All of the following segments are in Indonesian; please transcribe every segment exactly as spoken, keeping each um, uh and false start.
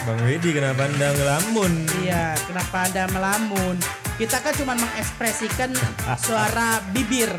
Bang Widi kenapa Anda ngelamun? Iya, kenapa Anda melamun? Kita kan cuma mengekspresikan suara bibir.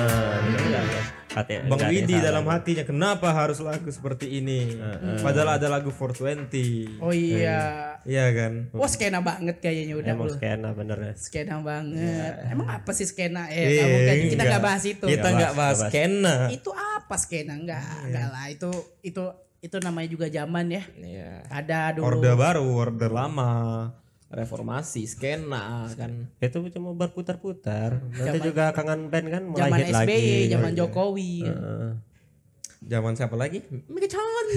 Hati, Bang Widi salah. dalam hatinya kenapa harus lagu seperti ini? Uh, uh. Padahal ada lagu four twenty. Oh iya. Iya kan? Wah skena banget kayaknya udah. Emang skena bener ya. Skena banget. Yeah. Emang apa sih skena? Eh, yeah, bukan. Kita enggak. nggak bahas itu. Kita nggak bahas skena. Itu apa skena? Enggak, yeah. enggak lah. Itu itu itu namanya juga zaman ya. Yeah. Ada dulu. Orde baru, orde lama. Reformasi, skena kan. Itu cuma berputar-putar. Nanti jaman, juga kangen band kan mulai zaman hit S B Y, lagi. zaman Jokowi. Uh. Zaman siapa lagi? Megacon.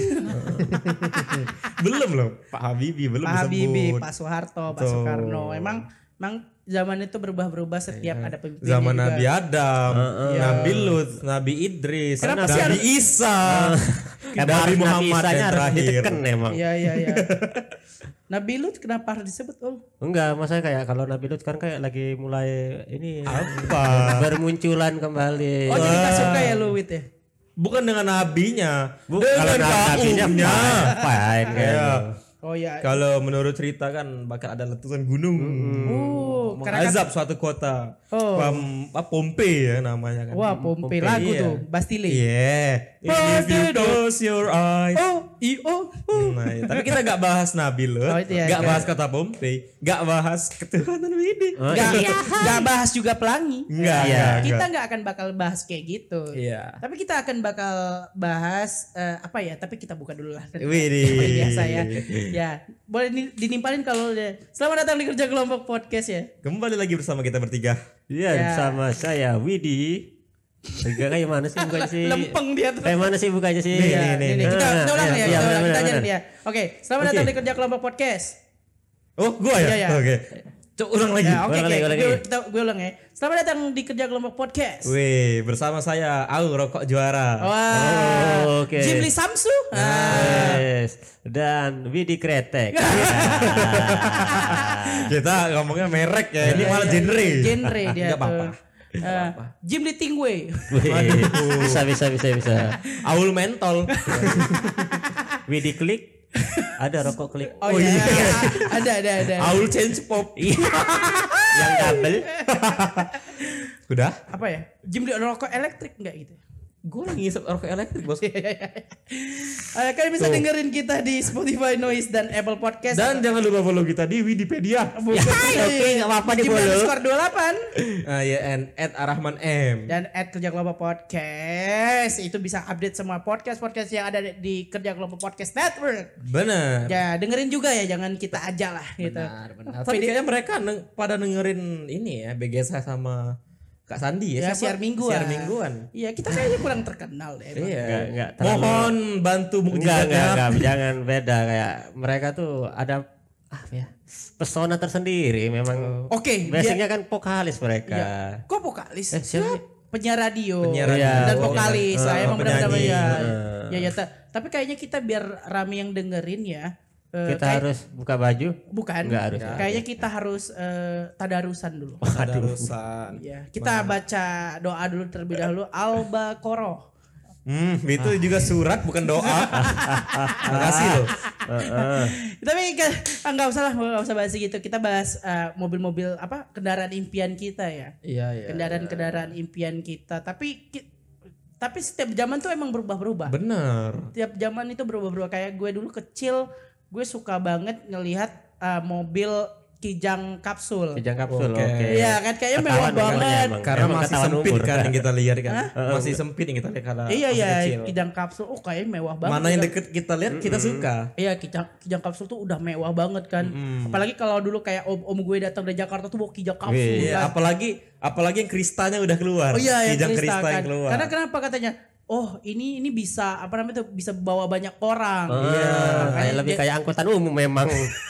Belum loh, Pak Habibie belum Pak Habibie, disebut. Pak Soeharto, Pak Soekarno. Emang emang zaman itu berubah-berubah setiap yeah. ada pemimpin. Zaman juga. Nabi Adam, uh, uh. Nabi Lut, Nabi Idris, Kenapa Nabi sih Isa, uh. Nabi Muhammad yang terakhir. Emang. Iya iya iya. Nabi Lut kenapa harus disebut Ul? Enggak, maksudnya kayak kalau Nabi Lut kan kayak lagi mulai ini apa? Bermunculan kembali. Oh jadi gak suka ya lu Wit ya? Bukan dengan nabinya, bukan kalau nabinya fine kayak. Oh iya. Kalau menurut cerita kan bakal ada letusan gunung. Mm-hmm. Oh, mengazab kan, suatu kota. Oh. Pam, Pompei ya namanya kan. Wah, Pompei lagu iya. tuh, Bastille. Iya. Yeah. If you close your eyes. Oh, i oh. oh. Nah, ya. Tapi kita enggak bahas Nabi loh. Oh, iya, enggak iya. bahas kota Pompei, enggak bahas ketuhanan Widi. Enggak enggak bahas juga pelangi. Enggak. Ya, enggak. Kita enggak akan bakal bahas kayak gitu. Iya. Tapi kita akan bakal bahas uh, apa ya? Tapi kita buka dulu lah. Widi. Biasa ya. Ya, boleh dinimpalin kalau udah. Selamat datang di Kerja Kelompok Podcast ya. Kembali lagi bersama kita bertiga. Iya, ya. Bersama saya Widi. Tiga kayak mana sih bukanya sih? Lempeng dia tuh. Kayak mana sih bukanya sih? Nih, nih, nih. nih. Kita, kita ulang ya, ya, kita, bener, kita ajarin bener. dia. Oke, selamat datang di Kerja Kelompok Podcast. Oh, gua ya? Iya, iya. Oke. Coba ulang lagi. Ya, oke, ulang oke. lagi, ulang Gue, lagi. kita, gue ulang ya. Selamat datang di Kerja Kelompok Podcast. Wih, bersama saya Au Rokok Juara. Wah. Oh, oke. Jimli Samsu. Ah. Yes. Dan Widi Kretek. Kita ngomongnya merek ya. Ini malah genre. Genre dia. Enggak apa-apa. Uh, Jimli Tingwe. Bisa bisa bisa bisa. Aul mentol. Widi Klik. Ada rokok klik. Oh, oh iya. iya. ada ada ada. Aul change pop. Yang double. Udah? Apa ya? Jimli rokok elektrik enggak gitu? Gue lagi ngisep rokok elektrik bos. uh, Kalian bisa Tuh. dengerin kita di Spotify, Noise dan Apple Podcast. Dan atau... jangan lupa follow kita di Wikipedia. Bukan ya, oke, enggak apa-apa di follow. Skor dua puluh delapan. Ah ya, and at Arahman M. Dan at Kerja Kelompok Podcast. Itu bisa update semua podcast-podcast yang ada di Kerja Kelompok Podcast Network. Benar. Ya, dengerin juga ya, jangan kita aja lah gitu. Benar, benar. Tapi kayaknya mereka neng, pada dengerin ini ya, B G S sama Kak Sandi ya, ya siar mingguan. Siar mingguan. Iya, kita kayaknya kurang terkenal deh. Iya. Enggak, enggak Mohon bantu enggak, enggak, enggak, jangan beda kayak mereka tuh ada ah ya, pesona tersendiri memang. Oke, okay, basicnya kan vokalis mereka. Iya. Kok vokalis? Eh, siapa? Penyiar radio, penyiar radio. Ya, dan oh, vokalis. Uh, Saya emang benar-benar ya. Uh. Ya ya, tapi kayaknya kita biar rame yang dengerin ya. Uh, kita kayak, harus buka baju? Bukan. Enggak harus. Ya. Kayaknya kita harus uh, tadarusan dulu. Tadarusan. Ya, kita nah. baca doa dulu terlebih dahulu Al-Baqarah. Hmm, itu ah. juga surat bukan doa. Makasih loh. Uh, uh. Tapi enggak usah lah, enggak usah bahas gitu. Kita bahas uh, mobil-mobil apa? Kendaraan impian kita ya. Iya, iya. Kendaraan-kendaraan iya. impian kita. Tapi tapi setiap zaman tuh emang berubah-berubah. Bener. Setiap zaman itu berubah-berubah. Kayak gue dulu kecil, gue suka banget ngelihat uh, mobil Kijang Kapsul. Kijang Kapsul, oke. Okay. Iya kan kayaknya mewah banget. Emang. Karena emang masih sempit umur. Kan yang kita lihat kan. Hah? Masih sempit yang kita lihat karena iya iya kecil. Kijang Kapsul, oh kayaknya mewah banget. Mana yang deket kita lihat mm-hmm. kita suka. Iya Kijang, Kijang Kapsul tuh udah mewah banget kan. Mm-hmm. Apalagi kalau dulu kayak om, om gue datang dari Jakarta tuh bawa Kijang Kapsul. Iya, kan. apalagi apalagi yang kristanya udah keluar. Oh iya, Kijang Krista, Krista kan. yang keluar. Karena kenapa katanya? Oh ini ini bisa apa namanya tuh bisa bawa banyak orang. Oh, iya. Kayak lebih kayak angkutan umum memang.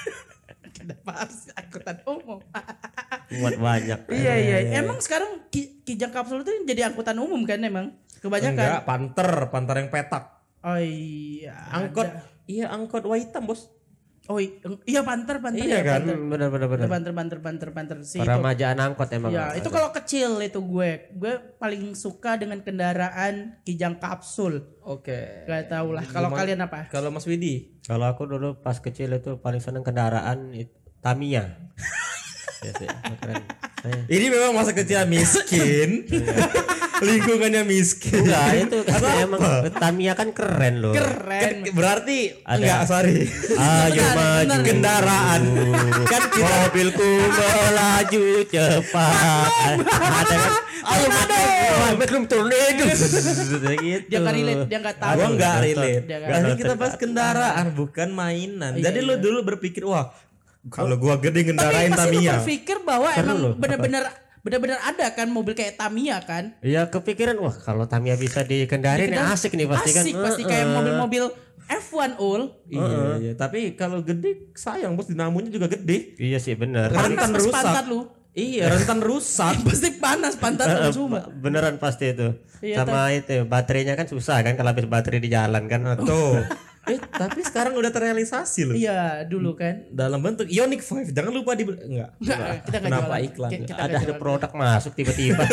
Kenapa harus angkutan umum? Buat banyak. Iya iya. Emang sekarang ki, Kijang Kapsul itu jadi angkutan umum kan emang? Kebanyakan. Enggak, Panther, Panther yang petak. Oh iya. Angkot, ada. iya angkot warna hitam bos. Oh i- iya Panther, Panther Iya ya, kan? Panther. Benar benar benar. Panther, Panther, Panther, Panther sih. Para itu. majaan angkot emang. Ya, itu kalau kecil itu gue. Gue paling suka dengan kendaraan Kijang kapsul. Oke. Gak tau lah. Kalau Gimana- kalian apa? Kalau Mas Widi? Kalau aku dulu pas kecil itu paling seneng kendaraan it- Tamiya. Ya sih, keren. Saya- Ini memang masa kecil miskin. Lingkungannya miskin. Enggak, itu kan emang Tamiya kan keren loh. Keren. Kan berarti Ada. enggak, sorry. Ayo maju Kendaraan. Kan kita mobilku melaju cepat. Ada kan? Ayo maju. Belum turun itu. Gitu. Dia gak relate, dia gak tahu. gua enggak Nonton. relate. Dia nggak Kan nonton. kita bahas kendaraan bukan mainan. Iya, Jadi lu iya. dulu berpikir, wah, kalau gua gede Tapi ngendarain pasti lu Tamiya. berpikir bahwa Seru emang loh. benar-benar benar-benar ada kan mobil kayak Tamiya kan? Ya kepikiran wah kalau Tamiya bisa dikendarin Dikendarin. asik nih pasti kan. Asik pasti kayak Heeh. mobil-mobil F satu ul. Iya, iya. Tapi kalau gede sayang bos, dinamonya juga gede. Iya sih benar. Rentan Panas rusak. pantat lu. Iya, rentan rusak. Pasti panas pantat lu Eh, semua. beneran pasti itu. Iya, Sama itu baterainya kan susah kan kalau habis baterai di jalan kan. Nah, tuh. Eh, tapi sekarang udah terrealisasi loh. Iya, dulu kan. Dalam bentuk Ioniq lima. Jangan lupa di enggak. Enggak, kita enggak Kenapa jualan. iklan? Ki- Kita Ada nggak ada jualan. produk masuk tiba-tiba.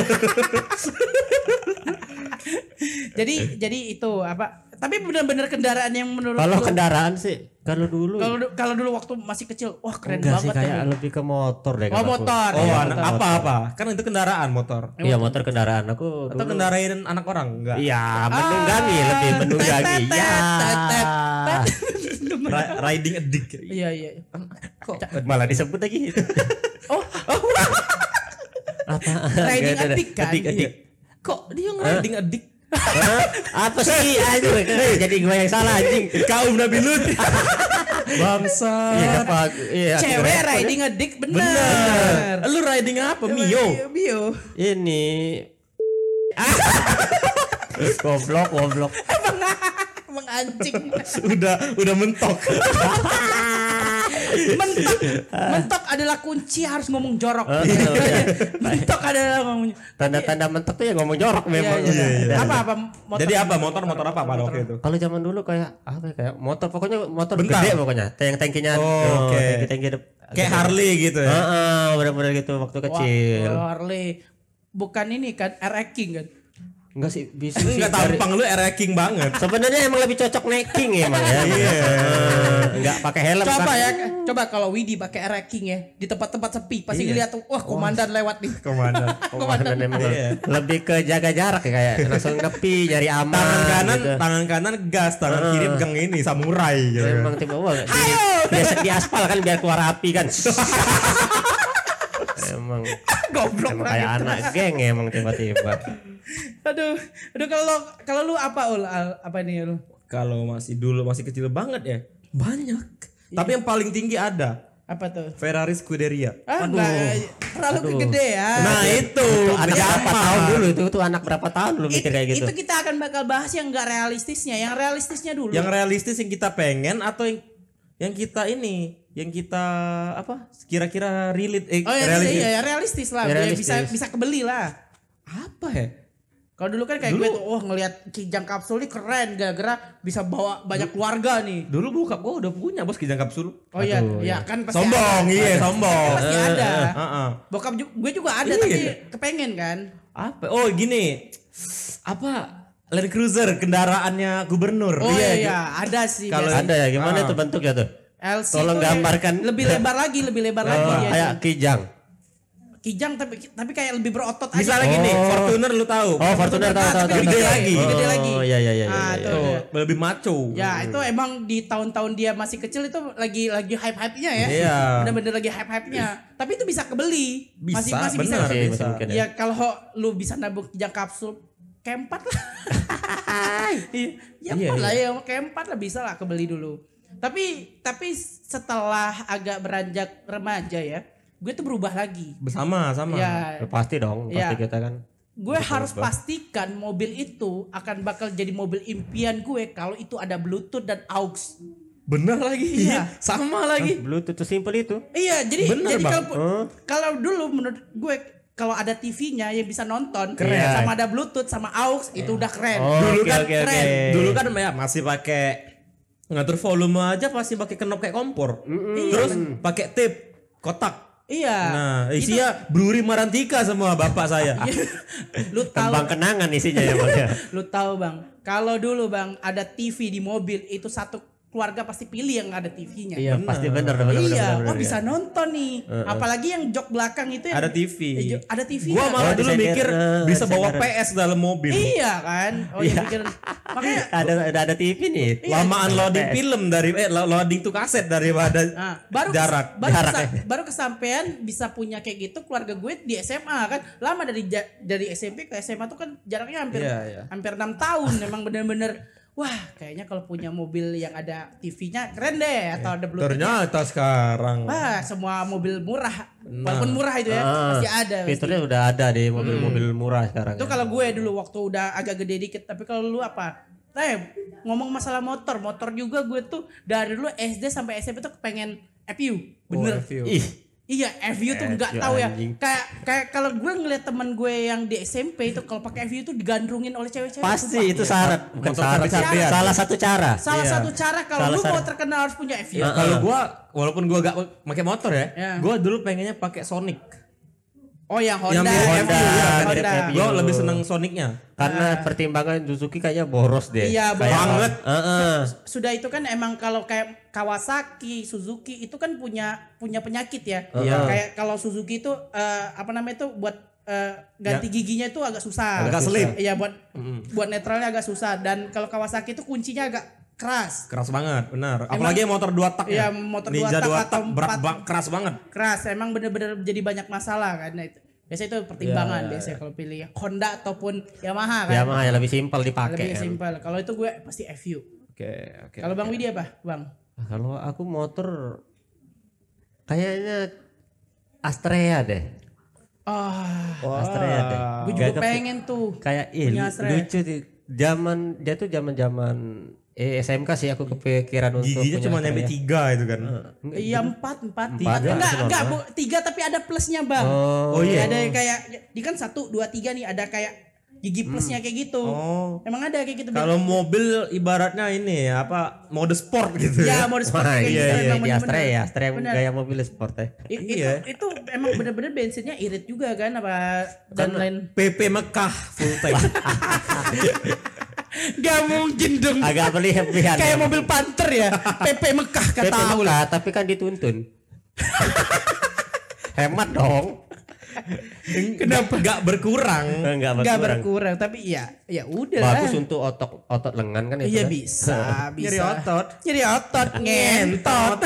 Jadi jadi itu apa? Tapi benar-benar kendaraan yang menurut Kalau lu- kendaraan sih kalau dulu kalau du- kalau dulu waktu masih kecil, wah keren enggak sih banget kayak ya. lebih ke motor deh. Oh, kalau aku. motor. Oh, Iya, anak motor. apa-apa. Kan itu kendaraan motor. Iya motor kendaraan aku Atau dulu. kendarain anak orang enggak? Iya menunggangi lebih menunggangi. tet, Ya. tet, tet, tet. Ra- riding addict. Iya iya. Kok Malah disebut lagi. Oh, Apa? riding Nggak ada. addict kan? Addict, addict. kok dia riding addict? Hah? Apa sih? Aduh, jadi gue yang salah anjing. Kaum Nabi Lut. Bangsa. Iya, apa? Iya. Cewek repot. riding addict bener. Bener. Lu riding apa? Mio. Mio. Ini goblok, goblok. Emang anjing. udah udah mentok. Mentok. Mentok adalah kunci, harus ngomong jorok. Oh, iya. Mentok adalah ngomong. Tanda-tanda mentok tuh ya ngomong jorok memang. Iya, iya. iya. Apa apa motor? Jadi apa motor-motor apa pada waktu itu? Kalau zaman dulu kayak apa ya, kayak motor pokoknya motor Bentar. gede pokoknya. Yang tangkinya Oh, oke. tangki-tangki dep- Kayak Harley gitu ya. Heeh, benar-benar gitu waktu kecil. Wah, Harley. Bukan ini kan R King kan? Enggak sih, bisa sih. Enggak dari- tampang lu R-King banget. Sebenarnya emang lebih cocok necking ya emang ya. Iya. Enggak pakai helm Coba kan. ya, coba kalau Widi pakai R King ya di tempat-tempat sepi pasti Iya. ngeliat tuh, wah komandan lewat nih. Komandan. Komandan emang Iya. lebih ke jaga jarak ya kayak langsung nepi nyari aman. Tangan kanan, gitu. tangan kanan gas, tangan kiri pegang ini samurai gitu. Emang tiba wah di, biasa di aspal kan biar keluar api kan. emang Goblok emang banget. kayak anak geng ya emang tiba-tiba. Aduh, aduh kalau kalau lu apa ul Al? apa nih lu? Kalau masih dulu masih kecil banget ya. Banyak. Tapi yang paling tinggi ada Apa tuh? Ferrari Scuderia. Ah, enggak, terlalu Aduh. kegedean. Nah, itu Anak berapa zaman. tahun dulu itu tuh anak berapa tahun lu mikir itu, kayak gitu. itu kita akan bakal bahas yang enggak realistisnya, yang realistisnya dulu. Yang realistis yang kita pengen atau yang yang kita ini, yang kita apa? Kira-kira relate eh, oh ya, realistis. iya, ya, realistis lah, Ya, biar realistis. bisa bisa kebeli lah. Apa ya? Kalau dulu kan kayak gue tuh, wah ngelihat Kijang kapsul ini keren, gara-gara bisa bawa banyak keluarga nih. Dulu bokap gua udah punya bos Kijang kapsul. Oh iya, Aduh, iya iya. kan pasti Sombong, ada. iya sombong. Pasti ada. Heeh. Bokap ju- gue juga ada Iya. tapi kepengen kan. Apa? Oh gini. Apa? Land Cruiser kendaraannya gubernur. Oh iya, gitu. ada sih. Kalau biasa. Ada ya gimana Ah. tuh bentuknya tuh? L C Tolong tuh ya gambarkan. lebih lebar lagi, lebih lebar lagi Oh, dia. kayak kijang. Kijang tapi tapi kayak lebih berotot Misalnya aja. gini, Oh. Fortuner lu tahu. Oh, Fortuner tahu tahu tahu. Gede tahu. lagi. Oh, Gede lagi. iya iya iya Ah, iya. tuh. iya. Oh, lebih maco. Ya itu emang di tahun-tahun dia masih kecil itu lagi lagi hype-hype-nya ya. Iya. Bener-bener lagi hype-hype-nya. Tapi itu bisa kebeli. Bisa, masih masih bisa. bener, Masih- bisa. masih mungkin ya. Ya kalau lu bisa nabung kijang kapsul keempat lah. Iya, ya Iya, empat lah ya keempat lah bisa lah kebeli dulu. Tapi tapi setelah agak beranjak remaja ya, gue tuh berubah lagi. Bersama sama. Ya, Ya, pasti dong, Iya. pasti kita kan. gue harus pastikan mobil itu akan bakal jadi mobil impian gue kalau itu ada Bluetooth dan aux. Bener lagi. Iya. Sama lagi. Bluetooth tuh simple itu. Iya, jadi Bener, jadi Bang. kalau Oh. kalau dulu menurut gue kalau ada T V-nya yang bisa nonton Keren. sama ada Bluetooth sama aux itu udah keren. Oh, Dulu oke kan oke oke. keren. Dulu kan ya masih pakai Ngatur volume aja pasti pakai knob kayak kompor. Terus pakai tape kotak. Iya. Nah, isinya Bruri Marantika semua bapak saya. Lu tahu Tembang kenangan isinya ya Bang ya. lu tahu Bang, kalau dulu Bang ada T V di mobil itu satu keluarga pasti pilih yang ada T V-nya. Iya, pasti benar benar Iya, benar. oh bisa nonton nih. Apalagi yang jok belakang itu yang Ada T V. Eh, jo- ada T V. Gua -nya. malah Oh, dulu desainer, mikir eh, bisa bawa desainer. P S dalam mobil. Iya kan? Oh iya pikir. Makanya ada ada ada T V nih. Lamaan loading P S. film dari eh lo- loading tuh kaset daripada nah, baru jarak. baru, Jarak, kesa- ya. baru kesampean bisa punya kayak gitu keluarga gue di S M A kan. Lama dari ja- dari S M P ke S M A tuh kan jaraknya hampir Iya, iya. hampir enam tahun. Emang bener-bener wah, kayaknya kalau punya mobil yang ada T V-nya keren deh atau ada Bluetooth. Ternyata sekarang Wah, semua mobil murah. Walaupun murah itu ya, Ah, pasti ada. pasti. Fiturnya udah ada di mobil-mobil murah sekarang. Itu ya. kalau gue dulu waktu udah agak gede dikit, tapi kalau lu apa? Eh, ngomong masalah motor, motor juga gue tuh dari dulu S D sampai S M P tuh pengen F U. Bener. Oh, F U. Ih, Iya, F U tuh F U nggak tahu ya. anjing. Kayak kayak kalau gue ngeliat temen gue yang di S M P itu kalau pakai F U tuh digandrungin oleh cewek-cewek. pasti sumpah. itu syarat, bukan Motor syarat, kecapean. salah satu cara. Salah Iya. satu cara kalau Salah lu mau satu- terkenal harus punya F U. Ya, kalau gua walaupun gua gak pakai motor ya, Ya. gua dulu pengennya pakai Sonic. Oh yang Honda. Yang mirip Honda, F U, ya, mirip Honda. F U. Gua lebih seneng Sonicnya. Karena pertimbangan Suzuki kayaknya boros deh. Iya, Kayak- banget. Heeh. Sudah itu kan emang kalau kayak Kawasaki, Suzuki itu kan punya punya penyakit ya. Iya. Kayak kalau Suzuki itu eh, apa namanya itu buat eh, ganti giginya itu agak susah. Agak selip. Iya buat buat netralnya agak susah dan kalau Kawasaki itu kuncinya agak keras. Keras banget, benar. Apalagi yang motor dua tak Iya, ya. motor Ninja dua tak dua atau tak berat empat. bang, keras banget. Keras emang bener-bener jadi banyak masalah kan. Nah, itu biasanya itu pertimbangan Iya, iya, biasanya kalau pilih Honda ataupun Yamaha kan. Yamaha yang lebih simpel dipakai. Lebih kan. simpel. Kalau itu gue pasti F U. Oke, oke. Kalau Bang Widi apa, Bang? Nah, kalau aku motor kayaknya Astrea deh. Ah, Astrea deh. gue juga Gak kepik- pengen tuh. Kayak ih, punya Astrea. lucu sih. Zaman dia tuh zaman-zaman eh, S M K sih aku kepikiran untuk Giginya punya cuma nyampe Astrea. tiga itu kan. Iya empat empat Empat, tiga ya, enggak masih enggak normal. bu, tiga tapi ada plusnya bang. Oh, Oh, iya. Ada yang kayak di kan satu dua tiga nih ada kayak gigi plusnya kayak gitu. Oh. Emang ada kayak gitu. Bang? Kalau mobil ibaratnya ini ya, apa mode sport gitu ya ya. mau sport Wah, kayak iya, gitu. iya, emang di bener-bener. Astrea ya, Astrea Bener. gaya mobil sport ya. I- Iya. Itu itu emang bener-bener bensinnya irit juga kan apa dan lain. P P Mekah full tank. Gak mungkin dong. Agak berlebihan. Kayak ya. mobil Panther ya. P P Mekah P P kata tahu lah. Mekah, tapi kan dituntun. Hemat dong. Kenapa gak berkurang? Enggak Gak berkurang. berkurang tapi ya ya udah lah. Bagus untuk otot otot lengan kan itu. Iya kan? bisa, bisa. Nyeri otot. Nyeri otot, ngentot.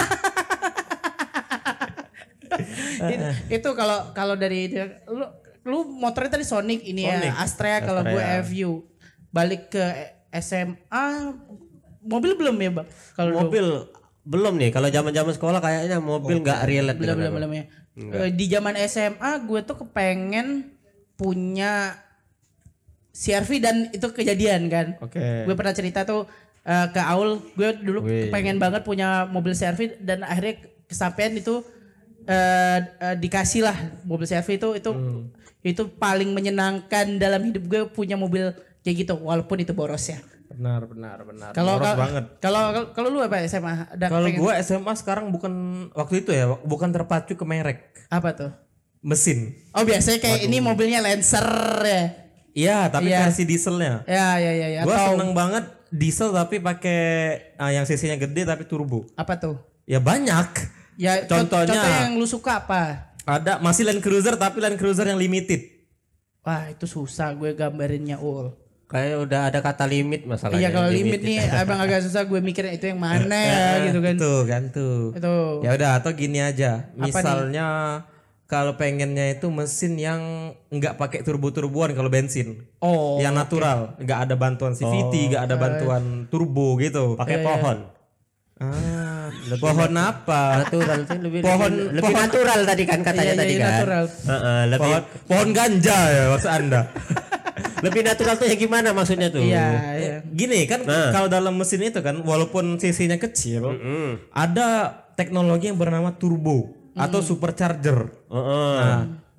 itu, itu kalau kalau dari itu, lu lu motornya tadi Sonic ini Sonic. ya, Astrea kalau gue Astrea. F U. Balik ke S M A mobil belum ya, Bang? Kalau lu- Mobil belum nih. Kalau zaman-zaman sekolah kayaknya mobil nggak relate belum dengan belum aku. belum ya. Eh, Di zaman S M A gue tuh kepengen punya C R V dan itu kejadian kan. Oke. Gue pernah cerita tuh eh, ke Aul, gue dulu Wih. pengen banget punya mobil C R V dan akhirnya kesampaian itu eh, eh, dikasih lah mobil C R V itu itu itu paling menyenangkan dalam hidup gue punya mobil kayak gitu walaupun itu boros ya. Benar, benar, benar. Kalau Boros kalau- banget. kalau kalau- kalau lu apa S M A? Ada Kalau pengen- gua S M A sekarang bukan waktu itu ya, bukan terpacu ke merek, apa tuh? mesin. Oh biasanya kayak ini mobilnya Lancer ya. Iya, tapi Iya. versi dieselnya. Ya ya ya ya. Gua Atau seneng banget diesel tapi pakai ah, yang cc-nya gede tapi turbo. apa tuh? Ya banyak. Ya co- Contohnya- contoh yang lu suka apa? Ada masih Land Cruiser tapi Land Cruiser yang limited. Wah itu susah gue gambarinnya ul. Kayak udah ada kata limit masalahnya. Iya kalau limit nih abang agak susah gue mikirnya itu yang mana ya gitu kan. Tuh kan tuh. Itu. Ya udah atau gini aja. Apa Misalnya kalau pengennya itu mesin yang nggak pakai turbo-turboan kalau bensin. Oh. Yang natural, nggak ada bantuan C V T, nggak ada bantuan turbo gitu. Pakai pohon. Ah, pohon apa? Natural sih lebih Pohon- lebih, lebih pohon- natural tadi kan katanya Iya, tadi iya, kan. natural. Heeh, lebih Pohon, pohon ganja ya maksud Anda. lebih natural tuh yang gimana maksudnya tuh? Iya iya. Gini kan kalau dalam mesin itu kan walaupun cc-nya kecil, ada teknologi yang bernama turbo atau supercharger. Heeh. Nah,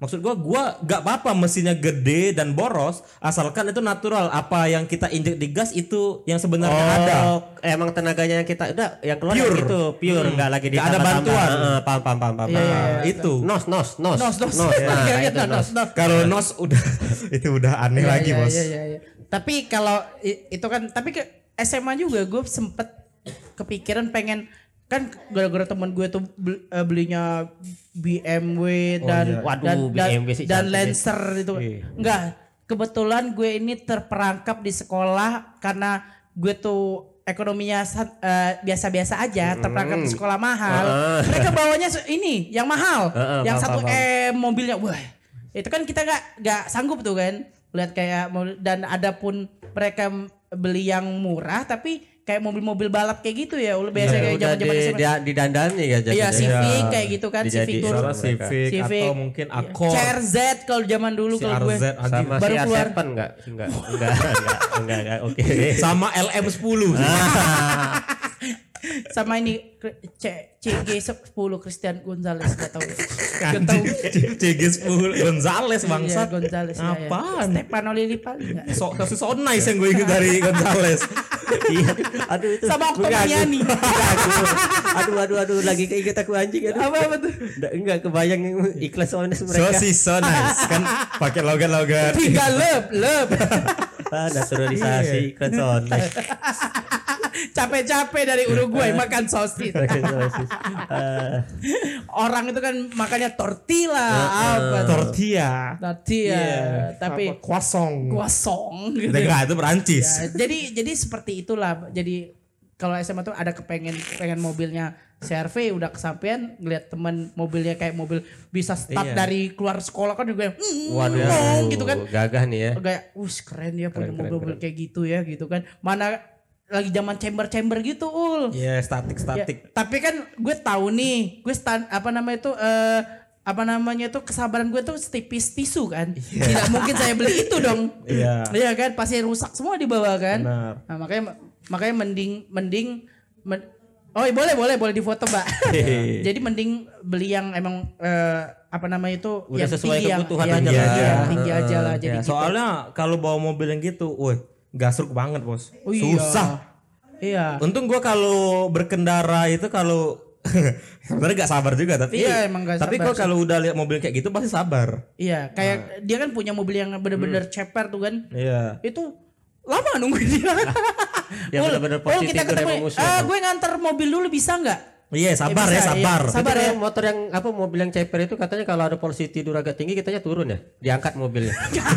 Maksud gua gua gak apa-apa mesinnya gede dan boros asalkan itu natural. Apa yang kita injek di gas itu yang sebenarnya Oh, ada. emang tenaganya yang kita udah yang keluar Pure. yang itu pure, Hmm. nggak lagi Nggak ada ditambah-tambah. bantuan. Heeh, paham paham paham paham. Iya, iya, paham. iya. Itu. Nos nos nos. Nos, nos. Nos. Iya, Nah, iya, itu nos, nos. nos. Kalau nos udah itu udah aneh Iya, lagi, iya, Bos. iya, iya, iya. Tapi kalau i- itu kan tapi ke S M A juga gue sempet kepikiran pengen kan gara-gara teman gue tuh bel- eh, belinya B M W dan iya. Waduh, dan, B M W dan, sih dan cantik Lancer itu. Iya. Enggak, kebetulan gue ini terperangkap di sekolah karena gue tuh ekonominya sa- eh, biasa-biasa aja, terperangkap di sekolah mahal. Heeh. Mereka bawanya se- ini yang mahal, Heeh, yang paham, satu paham. M mobilnya. Wah, itu kan kita gak gak sanggup tuh kan lihat kayak mobil, dan ada pun mereka beli yang murah tapi kayak mobil-mobil balap kayak gitu ya. Udah biasa kayak Udah zaman-zaman di, S M A. dia didandani ya jadinya. Iya, Civic Iya. kayak gitu kan, Civic Dijadiin turun. Salah Civic, Civic. atau mungkin Iya. Accord. C R Z kalau zaman dulu Si kalau gue. R Z anjing. Sama Baru si R keluar. tujuh enggak? Enggak, enggak, enggak, enggak, enggak, oke. Sama L M sepuluh. Sama ini C CG sepuluh Christian Gonzalez gak tahu. Gak tahu. C G sepuluh Gonzales Iya, bangsat. Gonzalez ya, ya. Apaan? Stefano Lillipali enggak? So, so, so nice yang gue inget dari Gonzales. Iya, aduh itu. Sama Okto mengganggu. Maniani. Mengganggu. Aduh, aduh, aduh, lagi keinget aku anjing aduh. Apa apa tuh? Nggak, enggak kebayang yang ikhlas honest So mereka. si so nice kan pakai logat-logat. Tiga lep lep. Ah, naturalisasi iklan sones. Capek-capek dari Uruguay makan sosis. Ah, Orang itu kan makannya tortilla apa tuh? Tortilla. Tortilla. Iya. Tapi Apa? Croissant. kuasong gitu. Enggak, itu Perancis. Ya, jadi jadi seperti itulah. Jadi kalau S M A tuh ada kepengen pengen mobilnya C R V udah kesampaian ngeliat teman mobilnya kayak mobil bisa start Iya. dari keluar sekolah kan juga mm, Waduh, ngong gitu kan. gagah nih ya. Kayak us keren ya punya Keren, keren, mobil-mobil kayak gitu ya gitu kan. Mana lagi zaman chamber-chamber gitu ul. Iya, statik Ya, statik. tapi kan gue tahu nih, gue stand apa namanya itu eh apa namanya itu kesabaran gue tuh setipis tisu kan. Tidak mungkin saya beli itu dong. Iya. Iya kan pasti rusak semua di bawah kan. Benar. Nah, makanya makanya mending mending men- oh iya, boleh boleh boleh difoto mbak. Jadi mending beli yang emang eh, apa namanya itu Udah yang sesuai tinggi yang- kebutuhan yang aja tinggi, lah. yang tinggi aja lah. Jadi Ya, gitu. soalnya kalau bawa mobil yang gitu, woi, gasruk banget, Bos. Oh iya. Susah. Iya. Untung gua kalau berkendara itu kalau sebenarnya gak sabar juga tapi Iya, emang gak tapi sabar kok kalau udah lihat mobil kayak gitu pasti sabar. Iya, kayak dia kan punya mobil yang bener-bener ceper tuh kan. Iya. Itu lama nungguin dia. Yang Ul, bener-bener Ul, positif kita tuh ketemu. revolusi. Ah, gue nganter mobil dulu bisa nggak? Iya, sabar bisa, ya, iya. sabar. Sabar Itu ya. yang motor yang apa mobil yang ceper itu katanya kalau ada polusi tidur agak tinggi kitanya turun ya, diangkat mobilnya.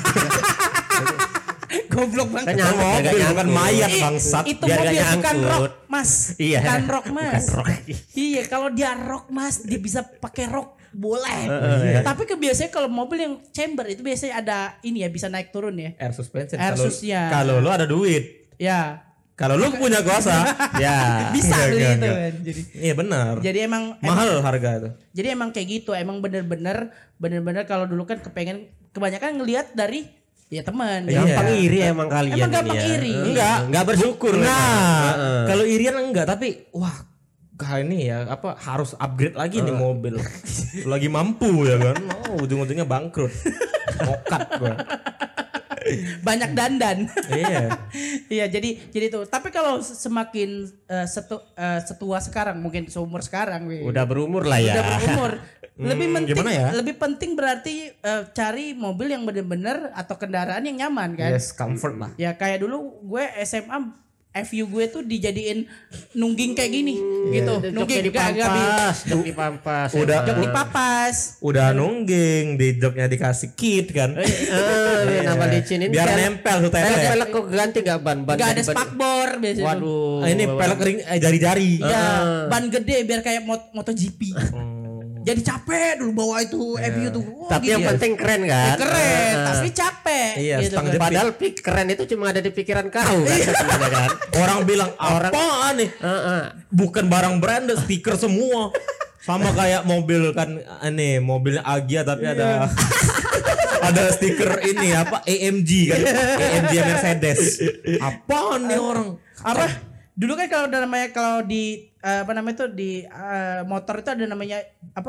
Goblok Kan banget. nyangkut, Mobil, agak bukan nyangkut. mayat Ih, bangsat. Itu biar mobil gak bukan nyangkut. rock, Mas. Iya. Bukan rock, Mas. Bukan rock. Iya, kalau dia rock, Mas, dia bisa pakai rock boleh. iya. Tapi kebiasaan kalau mobil yang chamber itu biasanya ada ini ya bisa naik turun ya. Air suspension. Air Kalau- susnya. Kalau lu ada duit, Ya, kalau lu punya kuasa, ya bisa Enggak, beli enggak, itu enggak. kan. Jadi Iya benar. jadi emang Mahal harga itu. Jadi emang kayak gitu, emang bener-bener bener-bener kalau dulu kan kepengen kebanyakan ngelihat dari ya teman. Iya. Gampang iri emang kalian. Emang ini gampang ya. iri. Enggak, enggak bersyukur. Nah, memang. kalau irian enggak, tapi wah kali ini ya apa harus upgrade lagi nih mobil. Lagi mampu ya kan. Oh, ujung-ujungnya bangkrut. Mokat gua. Banyak dandan. Iya. Iya, jadi jadi tuh. Tapi kalau semakin eh, setu, eh, setua sekarang, mungkin seumur sekarang, weh. Udah berumur lah ya. Udah berumur. Lebih Hmm, penting gimana ya? lebih penting berarti eh, cari mobil yang bener-bener atau kendaraan yang nyaman kan. Yes, comfort lah. Ya kayak dulu gue S M A F U gue tuh dijadiin nungging kayak gini gitu. Joknya Nungging di gak gak bi- pampas, jok di pampas. Udah- jok di papas. Udah nungging, di joknya dikasih kit kan. Eh, nambah licin ini. Biar pel- nempel tuh Pelek tete. pelek kok ganti nggak ban ban? Gak ada ban- spakbor biasanya. tuh. Waduh. Ah, ini pelek ring eh, jari-jari. Ya, ban gede biar kayak mot MotoGP. Jadi capek dulu bawa itu F U tuh. Wah, Tapi yang gitu ya. penting keren Ya, kan? keren, Eh, tapi capek. Iya, gitu stang kan. jepit. Padahal pik keren itu cuma ada di pikiran kau kan sebenarnya kan? Orang bilang Orang- apaan nih? Heeh. Bukan barang branded, stiker semua. Sama kayak mobil kan ini mobilnya Agia tapi ada ada stiker ini apa A M G kan. A M G Mercedes. Apaan nih orang? Apa? Dulu kan kalau ada namanya kalau di eh, apa namanya itu di eh, motor itu ada namanya apa?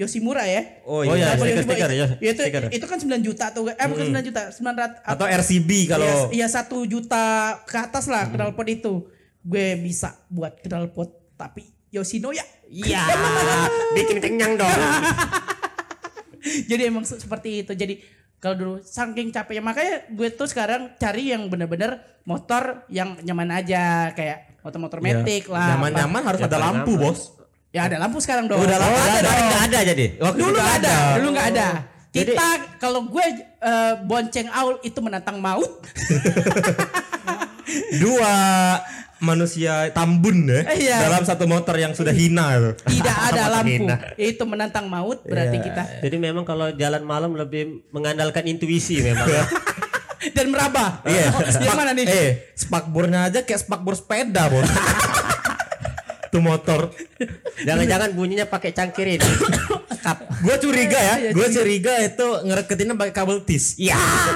Yoshimura ya. Oh Oh iya, Knalpot stiker, Yoshimura, stiker, ya, itu, itu, stiker. itu kan sembilan juta tuh. Eh bukan sembilan juta, sembilan ratus Atau R C B kalau Iya, satu juta ke atas lah knalpot itu. Gue bisa buat knalpot tapi Yoshinoya. Iya, bikin kenyang dong. Jadi emang se- seperti itu. Jadi kalau dulu saking capeknya makanya gue tuh sekarang cari yang bener-bener motor yang nyaman aja kayak motor-motor matic lah. nyaman-nyaman harus Ya, ada paling lampu, aman. Bos. Ya ada lampu sekarang dong. Udah lampu Oh, ada ada, dong. nggak ada jadi. Waktu Dulu itu nggak ada. Dulu nggak ada. Jadi- Kita kalau gue eh, bonceng Aul itu menantang maut. Dua manusia tambun ya Iya. dalam satu motor yang sudah hina itu. Tidak ada Sama lampu. hina. Itu menantang maut berarti Iya. kita. Jadi memang kalau jalan malam lebih mengandalkan intuisi memang. Dan meraba. Iya. Oh, yang mana nih? Eh, spakbornya aja kayak spakbor sepeda, Bos. Tuh motor. Jangan-jangan bunyinya pakai cangkir ini. Kap. Gue curiga ya, Iya, gue curiga itu ngereketinnya pakai kabel tis. Iya.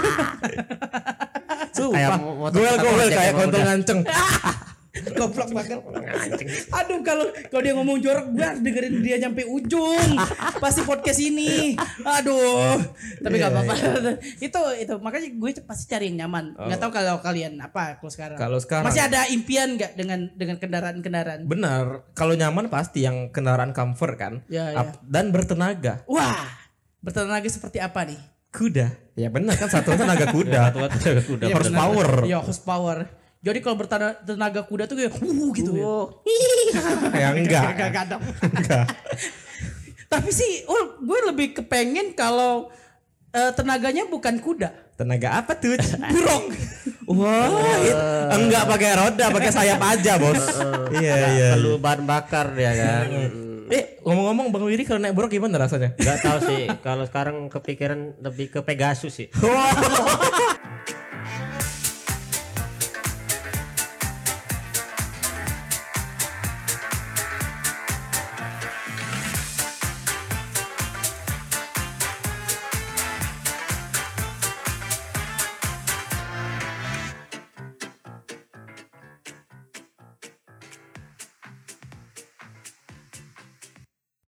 Sumpah. Kayak motor Gue apa gue ojek kayak emang kontol udah. nganceng. Goblok banget. Aduh kalau kalau dia ngomong jorok gue harus dengerin dia nyampe ujung. Pasti podcast ini. Aduh. Tapi Iya, gak apa-apa. itu itu makanya gue pasti cari yang nyaman. Gak tahu kalau kalian apa kalau sekarang. Kalau sekarang- masih ada impian gak dengan dengan kendaraan-kendaraan? Benar. Kalau nyaman pasti yang kendaraan comfort kan. Ya, ya. Ap- Dan bertenaga. Wah, bertenaga seperti apa nih? Kuda. Ya benar kan satu tenaga kuda. Satu-satu tenaga kuda. Iya, Horsepower. Ya horsepower. Jadi kalau bertenaga kuda tuh kayak uh gitu ya. Ya enggak. Gak, gak ada. Enggak. Tapi sih, oh, gue lebih kepengen kalau eh, tenaganya bukan kuda. Tenaga apa tuh? Burung. Wah, it- enggak pakai roda, pakai sayap aja, Bos. Iya, iya. Perlu bahan bakar dia kan. Eh, ngomong-ngomong Bang Wiri kalau naik buruk gimana rasanya? Gak tahu sih. Kalau sekarang kepikiran lebih ke Pegasus sih. Wah.